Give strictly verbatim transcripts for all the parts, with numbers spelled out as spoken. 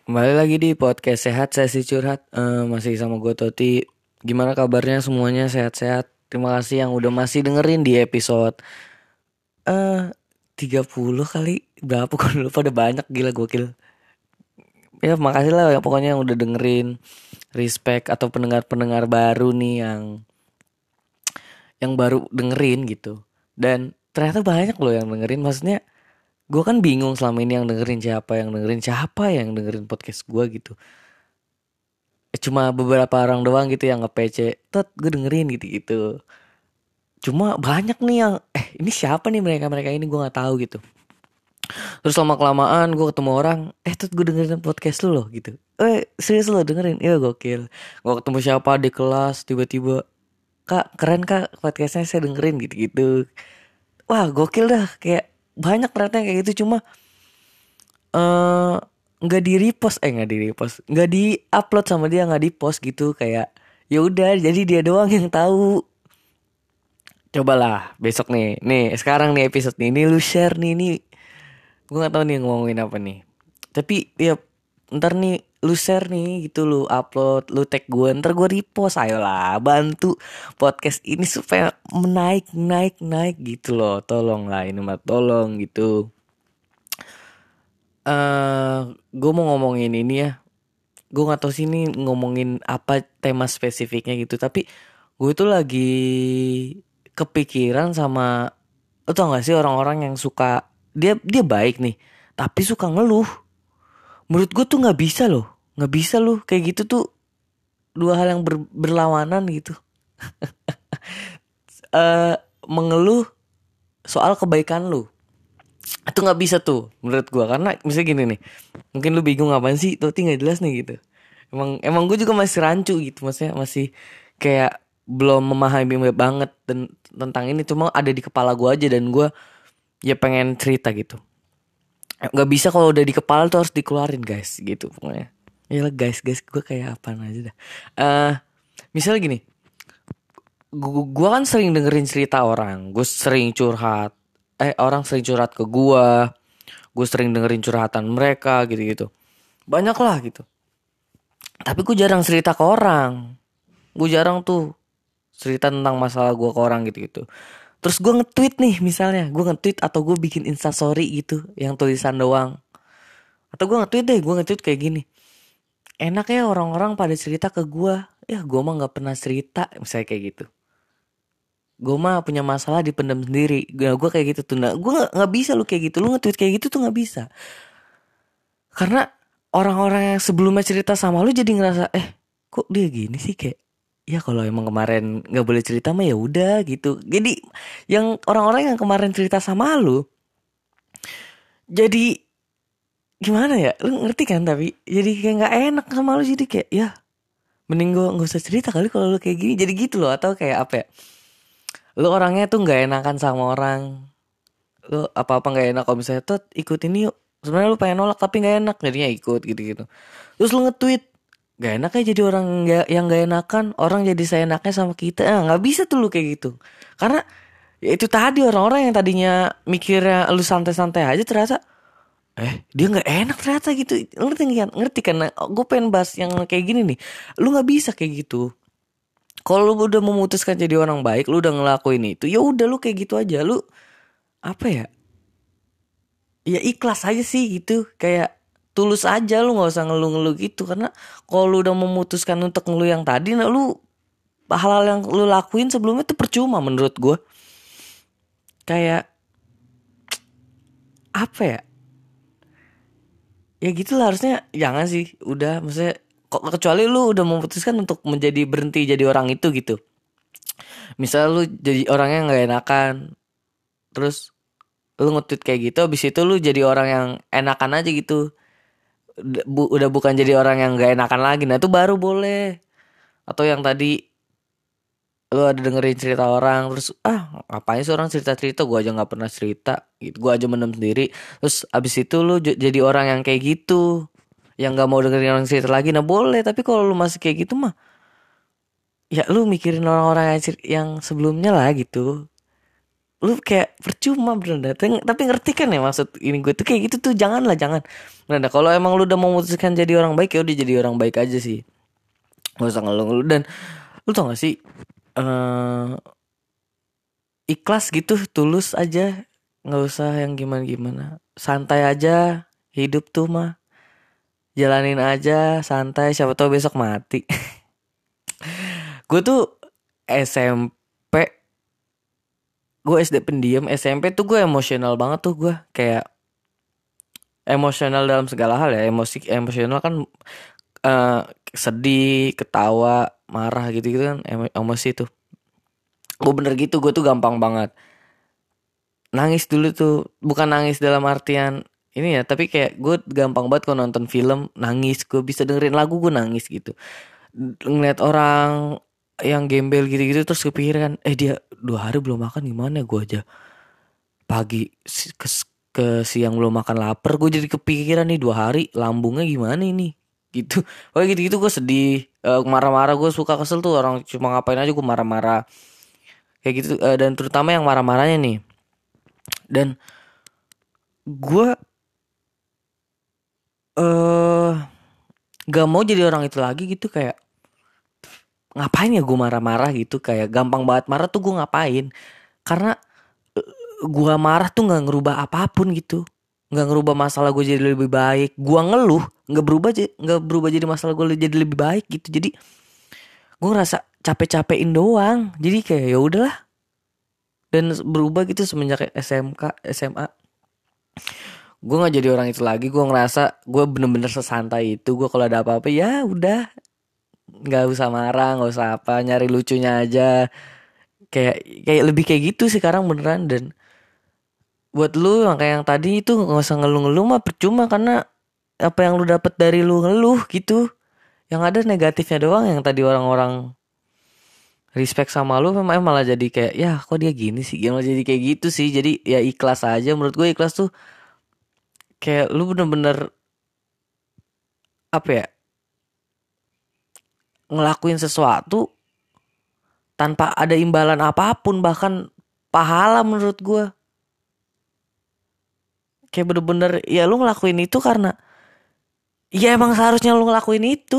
Kembali lagi di podcast Sehat Sesi Curhat. Eh, Masih sama gue Toti. Gimana kabarnya semuanya, sehat-sehat? Terima kasih yang udah masih dengerin di episode eh tiga puluh kali. Berapa kok lupa, udah banyak, gila gokil. Ya makasih lah ya pokoknya yang udah dengerin. Respect atau pendengar-pendengar baru nih yang yang baru dengerin gitu. Dan ternyata banyak loh yang dengerin. Maksudnya gue kan bingung selama ini yang dengerin siapa, yang dengerin siapa, yang dengerin podcast gue gitu. Cuma beberapa orang doang gitu yang nge-P C, Tot gue dengerin gitu-gitu. Cuma banyak nih yang eh ini siapa nih, mereka mereka ini gue nggak tahu gitu. Terus lama kelamaan gue ketemu orang, eh Tot gue dengerin podcast lu loh gitu. Eh serius lo dengerin? Iya gokil. Gue ketemu siapa di kelas tiba-tiba, kak keren kak podcastnya, saya dengerin gitu-gitu. Wah gokil dah, kayak banyak ternyata yang kayak gitu. Cuma eh nggak di repost, eh nggak di repost, nggak di upload sama dia, nggak di post gitu. Kayak ya udah, jadi dia doang yang tahu. Cobalah besok nih, nih sekarang nih episode nih, ini lu share nih, nih gue nggak tahu nih ngomongin apa nih. Tapi ya ntar nih lu share nih gitu, lu upload, lu tag gue, ntar gue repost. Ayolah bantu podcast ini supaya menaik naik naik gitu loh, tolong lah ini mah, tolong gitu. Eh gue mau ngomongin ini ya, gue nggak tahu sih ini ngomongin apa tema spesifiknya gitu, tapi gue tuh lagi kepikiran sama, lo tau gak sih orang-orang yang suka, dia dia baik nih tapi suka ngeluh. Menurut gue tuh nggak bisa loh, nggak bisa loh kayak gitu tuh, dua hal yang ber- berlawanan gitu. eh Mengeluh soal kebaikan lu itu nggak bisa tuh menurut gue, karena misalnya gini nih, mungkin lu bingung apaan sih tuh, nggak jelas nih gitu. Emang emang gue juga masih rancu gitu, maksudnya masih kayak belum memahami banget dan tentang ini, cuma ada di kepala gue aja dan gue ya pengen cerita gitu. Nggak bisa kalau udah di kepala tuh harus dikeluarin guys gitu pokoknya. Ya lah guys guys, gue kayak apaan aja dah. Eh Misalnya gini, gu- gue kan sering dengerin cerita orang, gue sering curhat, eh orang sering curhat ke gue gue sering dengerin curhatan mereka gitu-gitu, banyak lah gitu. Tapi gue jarang cerita ke orang, gue jarang tuh cerita tentang masalah gue ke orang gitu-gitu. Terus gue nge-tweet nih, misalnya gue nge-tweet atau gue bikin instastory gitu yang tulisan doang, atau gue nge-tweet deh, gue nge-tweet kayak gini, enak ya orang-orang pada cerita ke gue, ya gue mah nggak pernah cerita, misalnya kayak gitu. Gue mah punya masalah dipendam sendiri, gue gue kayak gitu tuh. Nah gue nggak nggak bisa lu kayak gitu, lu nge-tweet kayak gitu tuh nggak bisa. Karena orang-orang yang sebelumnya cerita sama lu jadi ngerasa, eh kok dia gini sih, kayak ya kalau emang kemarin nggak boleh cerita mah ya udah gitu. Jadi yang orang-orang yang kemarin cerita sama lu jadi gimana ya, lu ngerti kan, tapi jadi kayak nggak enak sama lu, jadi kayak ya mending gue nggak usah cerita kali kalau lu kayak gini, jadi gitu loh. Atau kayak apa ya, lu orangnya tuh nggak enakan sama orang, lu apa-apa nggak enak, kalau misalnya tuh ikut ini yuk, sebenarnya lu pengen nolak tapi nggak enak jadinya ikut gitu-gitu. Terus lu nge-tweet, gak enak ya jadi orang nggak, yang gak enakan orang jadi saya enaknya sama kita. Ah, nggak bisa tuh lu kayak gitu. Karena ya itu tadi, orang-orang yang tadinya mikirnya lu santai-santai aja, ternyata eh dia nggak enak ternyata gitu. Ngerti kan, ngerti kan. Nah, gue pengen bahas yang kayak gini nih, lu nggak bisa kayak gitu. Kalau lu udah memutuskan jadi orang baik, lu udah ngelakuin itu, ya udah lu kayak gitu aja. Lu apa ya, ya ikhlas aja sih gitu, kayak tulus aja, lu nggak usah ngeluh-ngeluh gitu. Karena kalau lu udah memutuskan untuk ngeluh yang tadi, nah lu hal-hal yang lu lakuin sebelumnya tuh percuma menurut gue. Kayak apa ya, ya gitu lah, harusnya jangan sih, udah maksudnya kok, kecuali lu udah memutuskan untuk menjadi berhenti jadi orang itu gitu. Misal lu jadi orangnya nggak enakan, terus lu nge-tweet kayak gitu, habis itu lu jadi orang yang enakan aja gitu. Udah, bu- udah bukan jadi orang yang nggak enakan lagi, nah itu baru boleh. Atau yang tadi lu ada dengerin cerita orang, terus ah ngapain sih orang cerita-cerita, gue aja nggak pernah cerita gitu, gue aja mendem sendiri. Terus abis itu lu j- jadi orang yang kayak gitu, yang nggak mau dengerin orang cerita lagi, nah boleh. Tapi kalau lu masih kayak gitu mah, ya lu mikirin orang-orang yang, cer- yang sebelumnya lah gitu. lu kayak percuma bener. Tapi, tapi ngerti kan ya maksud ini gue tuh kayak gitu tuh, janganlah jangan. Bener, kalau emang lu udah memutuskan jadi orang baik, ya udah jadi orang baik aja sih, nggak usah ngeluh-ngeluh. Dan lu tau gak sih, eh ikhlas gitu, tulus aja, nggak usah yang gimana-gimana, santai aja. Hidup tuh mah jalanin aja santai, siapa tahu besok mati. Gue tuh S M P, gue S D pendiam. S M P tuh gue emosional banget tuh, gue kayak emosional dalam segala hal ya. Emosi emosional kan, eh, sedih, ketawa, marah gitu-gitu kan emo- emosi tuh. Gue bener gitu, gue tuh gampang banget nangis dulu tuh. Bukan nangis dalam artian ini ya, tapi kayak gue gampang banget kalau nonton film nangis. Gue bisa dengerin lagu gue nangis gitu. Ngeliat orang yang gembel gitu-gitu terus kepikiran, eh dia dua hari belum makan gimana, gue aja pagi si- ke, ke siang belum makan, lapar. Gue jadi kepikiran nih dua hari lambungnya gimana ini gitu. Pokoknya gitu-gitu gue sedih. Eh, marah-marah, gue suka kesel tuh orang cuma ngapain aja gue marah-marah kayak gitu. Eh, dan terutama yang marah-marahnya nih. Dan gue eh gak mau jadi orang itu lagi gitu. Kayak ngapain ya gue marah-marah gitu, kayak gampang banget marah tuh gue ngapain. Karena gua marah tuh nggak ngerubah apapun gitu, nggak ngerubah masalah gue jadi lebih baik. Gua ngeluh nggak berubah, nggak berubah jadi masalah gue jadi lebih baik gitu. Jadi gue ngerasa capek-capekin doang. Jadi kayak ya udahlah. Dan berubah gitu semenjak S M K S M A, gue nggak jadi orang itu lagi. Gue ngerasa gue bener-bener sesantai itu. Gue kalau ada apa-apa ya udah, nggak usah marah, nggak usah apa, nyari lucunya aja. Kayak kayak lebih kayak gitu sekarang beneran. Dan buat lu yang kayak yang tadi itu nggak usah ngeluh-ngeluh mah percuma, karena apa yang lu dapat dari lu ngeluh gitu, yang ada negatifnya doang. Yang tadi orang-orang respect sama lu memang malah jadi kayak ya kok dia gini sih, malah jadi kayak gitu sih. Jadi ya ikhlas aja. Menurut gue ikhlas tuh kayak lu bener-bener apa ya, ngelakuin sesuatu tanpa ada imbalan apapun, bahkan pahala. Menurut gue kayak bener-bener ya lu ngelakuin itu karena ya emang seharusnya lu ngelakuin itu.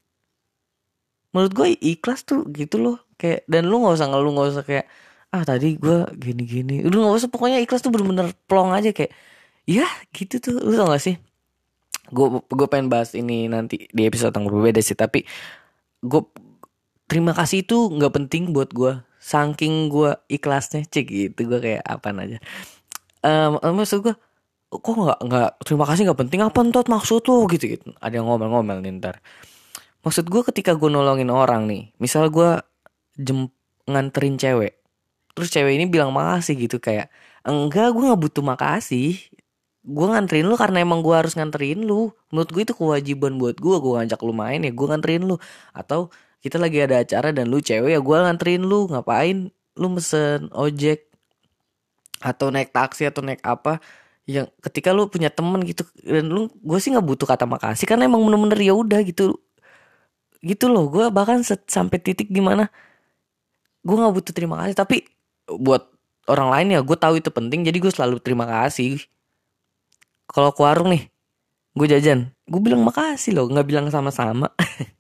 Menurut gue ikhlas tuh gitu loh. Kayak dan lu nggak usah ngeluh, nggak usah kayak ah tadi gue gini-gini, udah nggak usah. Pokoknya ikhlas tuh bener-bener plong aja kayak ya gitu tuh. Lu tau gak sih, gue gue pengen bahas ini nanti di episode yang berbeda sih, tapi gue terima kasih itu nggak penting buat gue, saking gue ikhlasnya cek gitu. Gue kayak apa aja. Em, maksud gue kok nggak nggak terima kasih nggak penting apa ntot maksud lo gitu gitu. Ada yang ngomel-ngomel nih ntar. Maksud gue ketika gue nolongin orang nih, misal gue jem nganterin cewek, terus cewek ini bilang makasih gitu, kayak enggak, gue nggak butuh makasih. Gue nganterin lu karena emang gue harus nganterin lu. Menurut gue itu kewajiban buat gue. Gue ngajak lu main ya gue nganterin lu. Atau kita lagi ada acara dan lu cewek ya gue nganterin lu. Ngapain lu mesen ojek atau naik taksi atau naik apa, yang ketika lu punya temen gitu. Dan lu, gue sih nggak butuh kata makasih karena emang bener-bener ya udah gitu. Gitu loh. Gue bahkan set- sampai titik dimana gue nggak butuh terima kasih, tapi buat orang lain ya gue tahu itu penting, jadi gue selalu terima kasih. Kalau ke warung nih, gue jajan, gue bilang makasih loh, nggak bilang sama-sama.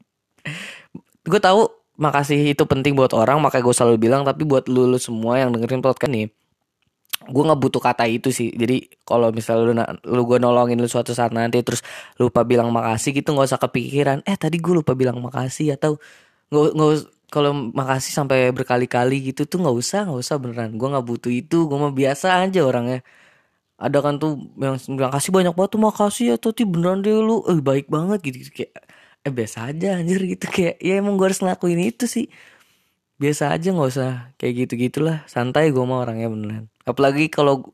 Gue tahu makasih itu penting buat orang, makanya gue selalu bilang. Tapi buat lu, lu semua yang dengerin podcast nih, gue nggak butuh kata itu sih. Jadi kalau misalnya lu, lu gue nolongin lu suatu saat nanti terus lupa bilang makasih gitu, nggak usah kepikiran. Eh tadi gue lupa bilang makasih, atau nggak nggak us- kalau makasih sampai berkali-kali gitu tuh nggak usah, nggak usah beneran. Gue nggak butuh itu. Gue mah biasa aja orangnya. Ada kan tuh yang bilang kasih banyak banget tuh, makasih ya Toti beneran deh lu, eh baik banget gitu, gitu. Kayak eh biasa aja anjir gitu. Kayak ya emang gue harus ngelakuin itu sih. Biasa aja, nggak usah kayak gitu gitulah. Santai gue mah orangnya beneran. Apalagi kalau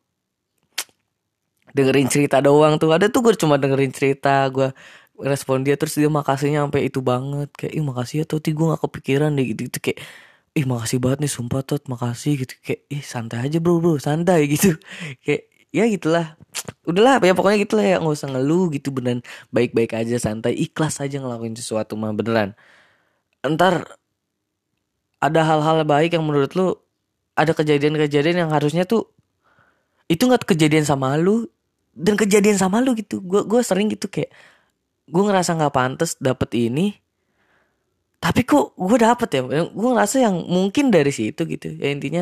dengerin cerita doang tuh, ada tuh gue cuma dengerin cerita, gue respon dia terus dia makasihnya sampai itu banget. Kayak ih makasih ya Toti, gue nggak kepikiran deh gitu, gitu. Kayak ih makasih banget nih sumpah Tot, makasih gitu. Kayak ih santai aja bro bro santai gitu. Kayak ya gitulah. Udahlah ya pokoknya gitulah ya, nggak usah ngeluh gitu. Beneran baik-baik aja, santai, ikhlas aja ngelakuin sesuatu mah beneran. Ntar ada hal-hal baik yang menurut lu ada kejadian-kejadian yang harusnya tuh itu nggak kejadian sama lu dan kejadian sama lu gitu. Gue gue sering gitu kayak gue ngerasa nggak pantas dapet ini, tapi kok gue dapet ya. Gue ngerasa yang mungkin dari situ gitu. Ya intinya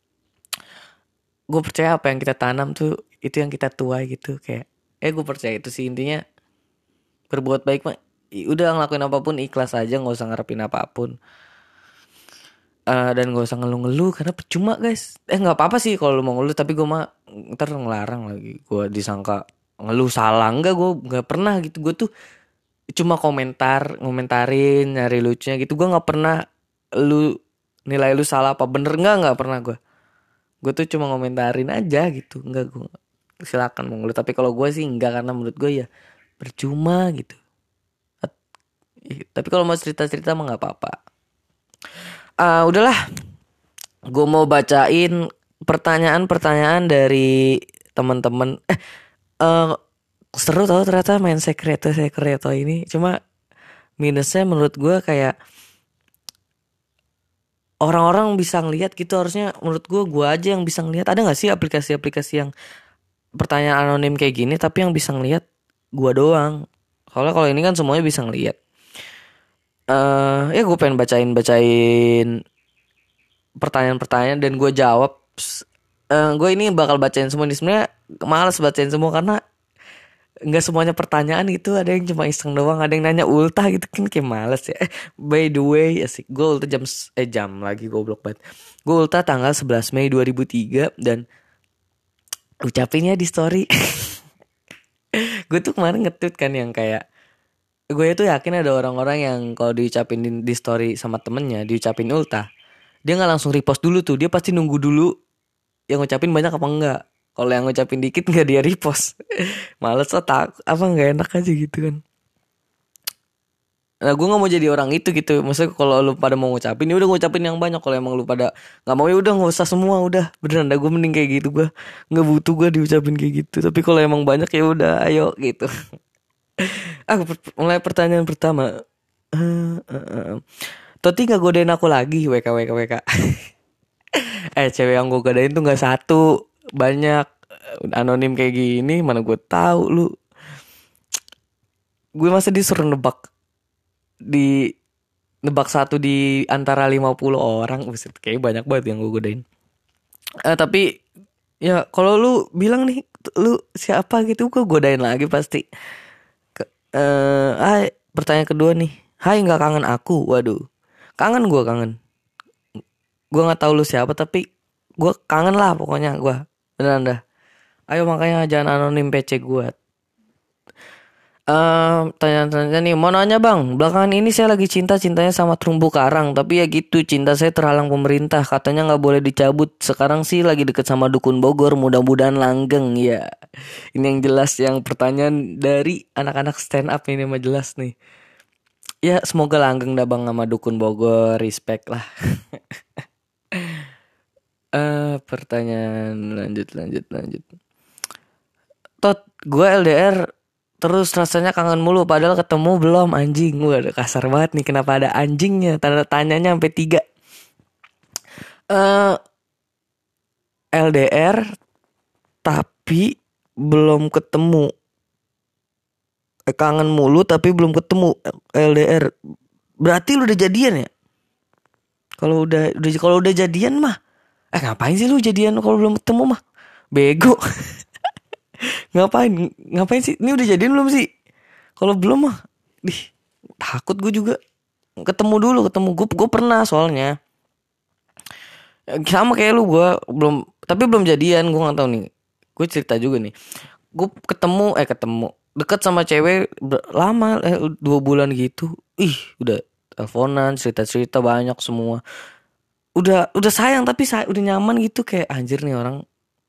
gue percaya apa yang kita tanam tuh itu yang kita tuai gitu kayak. Eh gue percaya itu sih intinya, berbuat baik mah udah ngelakuin apapun ikhlas aja, nggak usah ngarepin apapun. Uh, dan gak usah ngeluh-ngeluh karena percuma guys. Eh nggak apa-apa sih kalau lu mau ngeluh, tapi gue mah ntar ngelarang lagi. Gue disangka ngeluh salah. Enggak, gue nggak pernah gitu. Gue tuh cuma komentar, ngomentarin, nyari lucunya gitu. Gue nggak pernah lu nilai lu salah apa bener, nggak nggak pernah gue. Gue tuh cuma ngomentarin aja gitu. Enggak, gue silakan mau ngeluh. Tapi kalau gue sih enggak, karena menurut gue ya percuma gitu. At- Tapi kalau mau cerita-cerita mah nggak apa-apa. Ah udahlah, gue mau bacain pertanyaan-pertanyaan dari teman-teman. Eh, eh, seru tau ternyata main sekreto sekreto ini. Cuma minusnya menurut gue kayak orang-orang bisa ngelihat gitu. Harusnya menurut gue gue aja yang bisa ngelihat. Ada nggak sih aplikasi-aplikasi yang pertanyaan anonim kayak gini tapi yang bisa ngelihat gue doang? Soalnya kalau ini kan semuanya bisa ngelihat. Eh ya gue pengen bacain bacain pertanyaan-pertanyaan dan gue jawab. Uh, gue ini bakal bacain semua nih. Sebenarnya malas bacain semua karena nggak semuanya pertanyaan gitu. Ada yang cuma iseng doang, ada yang nanya ultah gitu kan kayak males ya. Eh, by the way asik, gue ultah jam eh jam lagi goblok banget. Gue ultah tanggal sebelas Mei dua ribu tiga dan ucapinnya di story. Gue tuh kemarin nge-tweet kan yang kayak gue itu yakin ada orang-orang yang kalau diucapin di, di story sama temennya diucapin ultah, dia nggak langsung repost dulu tuh, dia pasti nunggu dulu yang ngucapin banyak apa enggak. Kalau yang ngucapin dikit nggak dia repost. Males lah, tak apa nggak enak aja gitu kan. Nah gue nggak mau jadi orang itu gitu. Maksudnya kalau lu pada mau ngucapin ya udah ngucapin yang banyak. Kalau emang lu pada nggak mau ya udah nggak usah semua, udah beneran dah gue mending kayak gitu. Gue nggak butuh gue diucapin kayak gitu. Tapi kalau emang banyak ya udah ayo gitu. Aku per- mulai pertanyaan pertama. Uh, uh, uh. Toti nggak godain aku lagi, W K W K W K. Eh cewek yang gue godain tuh nggak satu, banyak. Anonim kayak gini mana gue tahu lu. Gue masa disuruh nebak di nebak satu di antara lima puluh orang. Buset, kayak banyak banget yang gue godain. Eh tapi ya kalau lu bilang nih lu siapa gitu, gue godain lagi pasti. Ke, eh ah, pertanyaan kedua nih. Hai, nggak kangen aku? Waduh, kangen, gue kangen. Gue nggak tahu lu siapa tapi gue kangen lah pokoknya gue. Beneran dah. Ayo makanya jangan anonim P C gue. Eh, tanya-tanya nih, mau nanya bang, belakangan ini saya lagi cinta-cintanya sama terumbu karang, tapi ya gitu, cinta saya terhalang pemerintah, katanya nggak boleh dicabut. Sekarang sih lagi deket sama dukun Bogor, mudah-mudahan langgeng ya. Ini yang jelas, yang pertanyaan dari anak-anak stand up ini mah jelas nih. Ya semoga langgeng dah bang sama dukun Bogor, respect lah. Eh, pertanyaan lanjut lanjut lanjut. Tot, gue L D R terus rasanya kangen mulu padahal ketemu belum anjing. Wah, kasar banget nih, kenapa ada anjingnya? Tanda tanyanya sampai tiga. Eh L D R tapi belum ketemu. Eh, kangen mulu tapi belum ketemu. L D R. Berarti lu udah jadian ya? Kalau udah udah kalau udah jadian mah, eh ngapain sih lu jadian kalau belum ketemu mah? Bego. Ngapain? Ngapain sih? Ini udah jadian belum sih? Kalau belum mah, dih, takut gue juga. Ketemu dulu, ketemu gue, gue pernah soalnya. Sama kayak lu, gue belum, tapi belum jadian. Gue nggak tahu nih. Gue cerita juga nih. Gue ketemu, eh ketemu, deket sama cewek ber- lama, eh, dua bulan gitu. Ih, udah teleponan, cerita-cerita banyak semua. Udah, udah sayang tapi say, udah nyaman gitu kayak anjir nih orang.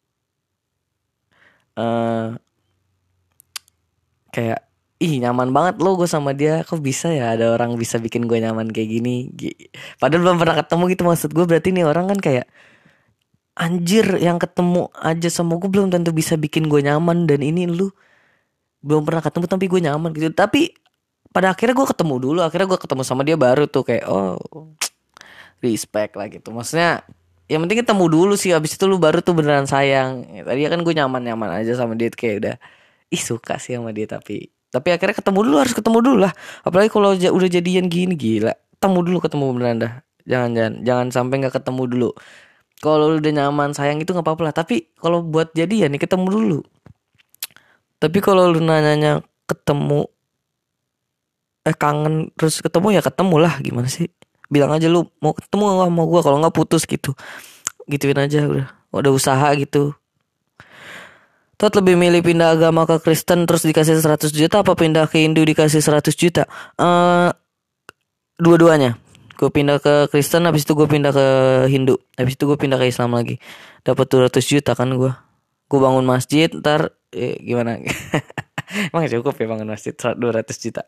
eh Kayak ih nyaman banget lo gue sama dia. Kok bisa ya ada orang bisa bikin gue nyaman kayak gini. Gi- Padahal belum pernah ketemu gitu. Maksud gue berarti nih orang kan kayak anjir, yang ketemu aja sama gue belum tentu bisa bikin gue nyaman. Dan ini lu belum pernah ketemu tapi gue nyaman gitu. Tapi pada akhirnya gue ketemu dulu. Akhirnya gue ketemu sama dia baru tuh kayak oh respect lah gitu. Maksudnya yang penting ketemu dulu sih, abis itu lu baru tuh beneran sayang. Ya, tadi kan gue nyaman-nyaman aja sama dia, kayak udah ih suka sih sama dia, tapi tapi akhirnya ketemu dulu, harus ketemu dulu lah. Apalagi kalau ja- udah jadian gini, gila. Ketemu dulu, ketemu beneran dah. Jangan jangan jangan sampai nggak ketemu dulu. Kalau lu udah nyaman sayang itu nggak apa-apa lah. Tapi kalau buat jadian nih ketemu dulu. Tapi kalau lu nanyanya ketemu eh kangen terus ketemu ya ketemu lah, gimana sih? Bilang aja lu mau ketemu nggak sama gua, kalau nggak putus gitu. Gituin aja udah. Udah usaha gitu. Tot lebih milih pindah agama ke Kristen terus dikasih seratus juta apa pindah ke Hindu dikasih seratus juta? Eh dua-duanya. Gue pindah ke Kristen, habis itu gue pindah ke Hindu, habis itu gue pindah ke Islam lagi. Dapat dua ratus juta kan gue. Gue bangun masjid, ntar eh, gimana? Emang cukup ya bangun masjid dua ratus juta?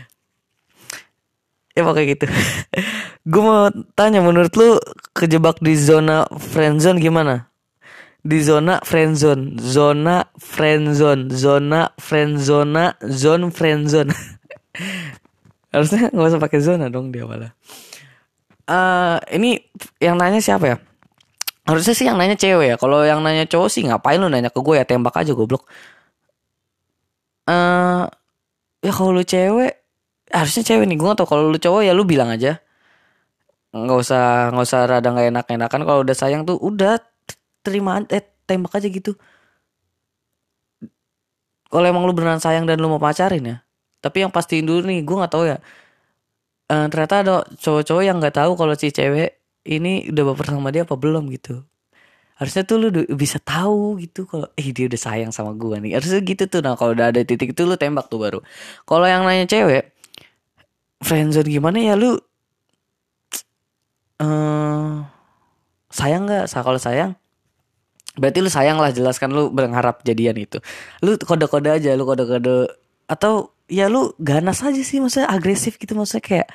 Ya pokoknya gitu. Gue mau tanya, menurut lu kejebak di zona friendzone gimana? Di zona friendzone, zona friendzone, zona friendzona, zone friendzone. Harusnya nggak usah pakai zona dong dia malah. Eh ini yang nanya siapa ya? Harusnya sih yang nanya cewek ya. Kalau yang nanya cowok sih ngapain lu nanya ke gue ya, tembak aja goblok. Eh ya kalau lu cewek, harusnya cewek nih. Gue gak tau, kalau lu cowok ya lu bilang aja. Nggak usah nggak usah rada nggak enak-enakan. Kalau udah sayang tuh udah terima, eh tembak aja gitu. Kalau emang lu beneran sayang dan lu mau pacarin ya. Tapi yang pastiin dulu nih, gue nggak tahu ya. Eh, ternyata ada cowok-cowok yang nggak tahu kalau si cewek ini udah baper sama dia apa belum gitu. Harusnya tuh lu du- bisa tahu gitu kalau eh dia udah sayang sama gua nih. Harusnya gitu tuh. Nah, kalau udah ada titik itu lu tembak tuh baru. Kalau yang nanya cewek, friendzone gimana ya lu eh sayang nggak? Sa kalau sayang berarti lu sayang lah, jelaskan lu berharap jadian itu. Lu kode-kode aja, lu kode-kode atau ya lu ganas aja sih, maksudnya agresif gitu, maksudnya kayak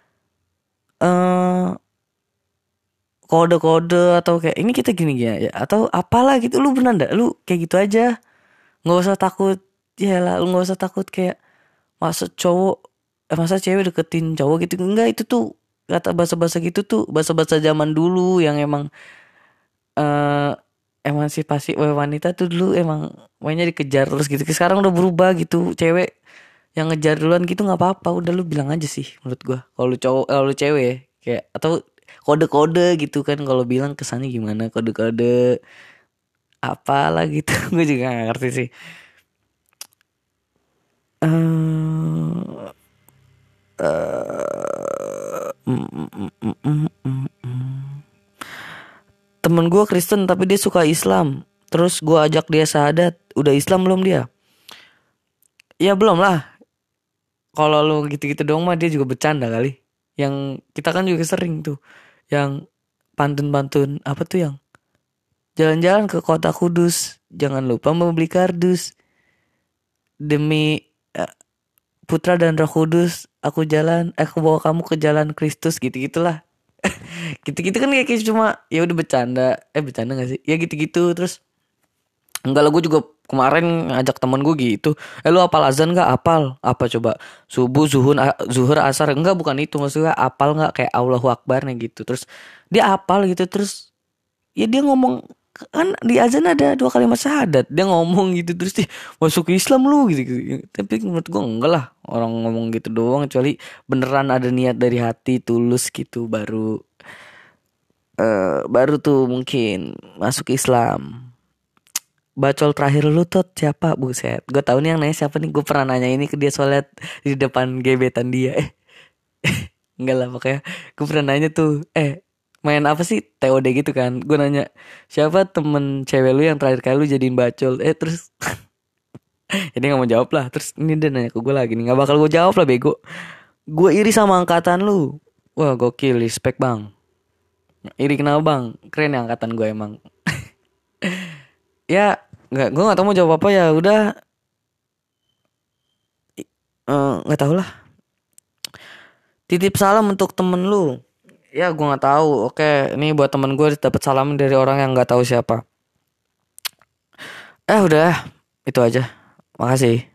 eh kode-kode atau kayak ini kita gini gini ya atau apalah gitu, lu bener ndak lu kayak gitu aja, nggak usah takut. Ya lah, lu nggak usah takut kayak masa cowok eh, masa cewek deketin cowok gitu, enggak. Itu tuh kata bahasa-bahasa gitu tuh bahasa-bahasa zaman dulu yang emang eh emansipasi wanita tuh dulu emang mainnya dikejar terus gitu. Sekarang udah berubah gitu, cewek yang ngejar duluan gitu nggak apa-apa, udah lu bilang aja sih menurut gua. Kalau lu cowok, kalau lu cewek ya, kayak atau kode-kode gitu kan, kalau bilang kesannya gimana, kode-kode apalah gitu. Gue juga gak ngerti sih. eh eh, mm, mm, mm, mm, mm, mm, mm. Temen gue Kristen tapi dia suka Islam. Terus gue ajak dia syahadat. Udah Islam belum dia? Ya belum lah. Kalau lu gitu-gitu dong mah dia juga bercanda kali. Yang kita kan juga sering tuh, yang pantun-pantun apa tuh, yang jalan-jalan ke kota Kudus, jangan lupa membeli kardus. Demi eh, Putra dan Roh Kudus, aku jalan, eh, aku bawa kamu ke jalan Kristus, gitu-gitulah. Gitu-gitu kan kayak cuma ya udah bercanda, eh bercanda gak sih? Ya gitu-gitu. Terus enggak lah, gue juga kemarin ngajak temen gue gitu. Eh lu apal azan gak? Apal. Apa coba? Subuh, zuhur, a- zuhur, asar. Enggak, bukan itu. Maksudnya apal gak kayak Allahu Akbar nih gitu. Terus dia apal gitu. Terus ya dia ngomong, kan di azan ada dua kalimat syahadat. Dia ngomong gitu. Terus dia masuk ke Islam lu gitu, gitu. Tapi menurut gue enggak lah. Orang ngomong gitu doang. Kecuali beneran ada niat dari hati, tulus gitu. Baru eh baru tuh mungkin masuk Islam. Bacol terakhir lu tuh siapa? Buset, gue tahu nih yang nanya siapa nih. Gue pernah nanya ini ke dia soalnya di depan gebetan dia. Eh, enggak lah pokoknya. Gue pernah nanya tuh, eh main apa sih T O D gitu kan. Gue nanya, siapa temen cewek lu yang terakhir kali lu jadiin bacol? Eh terus jadi gak mau jawab lah. Terus ini dia nanya ke gue lagi nih, gak bakal gue jawab lah bego. Gue iri sama angkatan lu. Wah gokil, respect bang. Iri kenapa bang? Keren ya angkatan gue emang. Ya nggak, gue nggak tahu mau jawab apa. Ya udah, eh, nggak tahu lah. Titip salam untuk temen lu. Ya gue nggak tahu. Oke, ini buat temen gue dapat salam dari orang yang nggak tahu siapa. Eh udah, itu aja. Makasih.